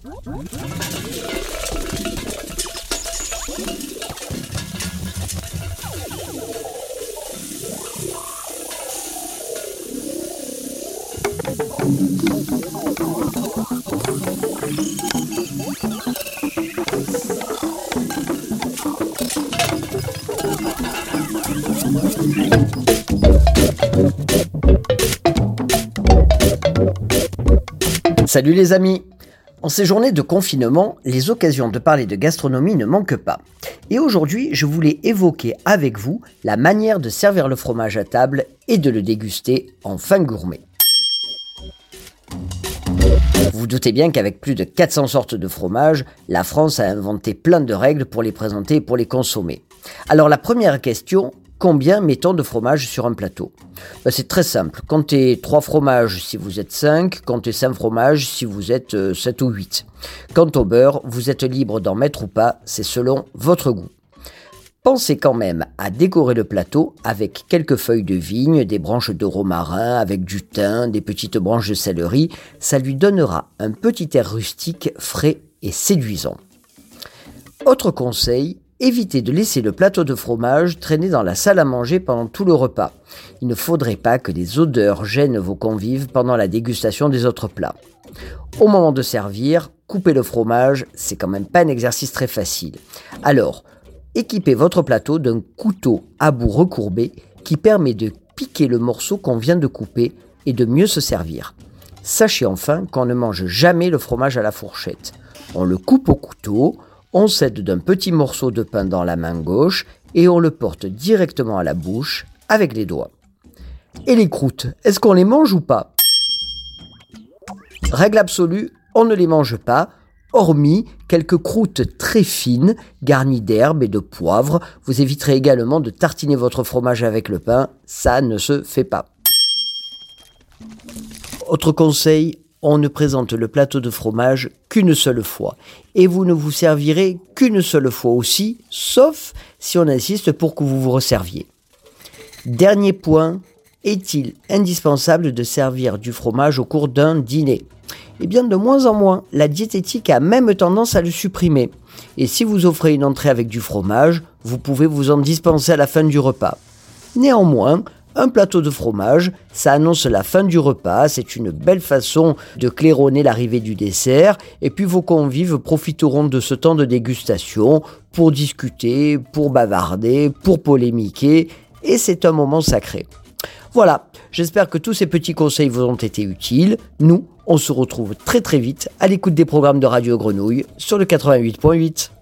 Salut les amis! En ces journées de confinement, les occasions de parler de gastronomie ne manquent pas. Et aujourd'hui, je voulais évoquer avec vous la manière de servir le fromage à table et de le déguster en fin gourmet. Vous vous doutez bien qu'avec plus de 400 sortes de fromages, la France a inventé plein de règles pour les présenter et pour les consommer. Alors la première question, combien mettons de fromage sur un plateau? C'est très simple, comptez 3 fromages si vous êtes 5, comptez 5 fromages si vous êtes 7 ou 8. Quant au beurre, vous êtes libre d'en mettre ou pas, c'est selon votre goût. Pensez quand même à décorer le plateau avec quelques feuilles de vigne, des branches de romarin, avec du thym, des petites branches de céleri. Ça lui donnera un petit air rustique, frais et séduisant. Autre conseil, évitez de laisser le plateau de fromage traîner dans la salle à manger pendant tout le repas. Il ne faudrait pas que les odeurs gênent vos convives pendant la dégustation des autres plats. Au moment de servir, couper le fromage, c'est quand même pas un exercice très facile. Alors, équipez votre plateau d'un couteau à bout recourbé qui permet de piquer le morceau qu'on vient de couper et de mieux se servir. Sachez enfin qu'on ne mange jamais le fromage à la fourchette. On le coupe au couteau, on s'aide d'un petit morceau de pain dans la main gauche et on le porte directement à la bouche avec les doigts. Et les croûtes, est-ce qu'on les mange ou pas? Règle absolue, on ne les mange pas, hormis quelques croûtes très fines, garnies d'herbes et de poivre. Vous éviterez également de tartiner votre fromage avec le pain, ça ne se fait pas. Autre conseil, on ne présente le plateau de fromage qu'une seule fois. Et vous ne vous servirez qu'une seule fois aussi, sauf si on insiste pour que vous vous resserviez. Dernier point, est-il indispensable de servir du fromage au cours d'un dîner? Eh bien, de moins en moins, la diététique a même tendance à le supprimer. Et si vous offrez une entrée avec du fromage, vous pouvez vous en dispenser à la fin du repas. Néanmoins, un plateau de fromage, ça annonce la fin du repas, c'est une belle façon de claironner l'arrivée du dessert, et puis vos convives profiteront de ce temps de dégustation pour discuter, pour bavarder, pour polémiquer, et c'est un moment sacré. Voilà, j'espère que tous ces petits conseils vous ont été utiles. Nous, on se retrouve très très vite à l'écoute des programmes de Radio Grenouille sur le 88.8.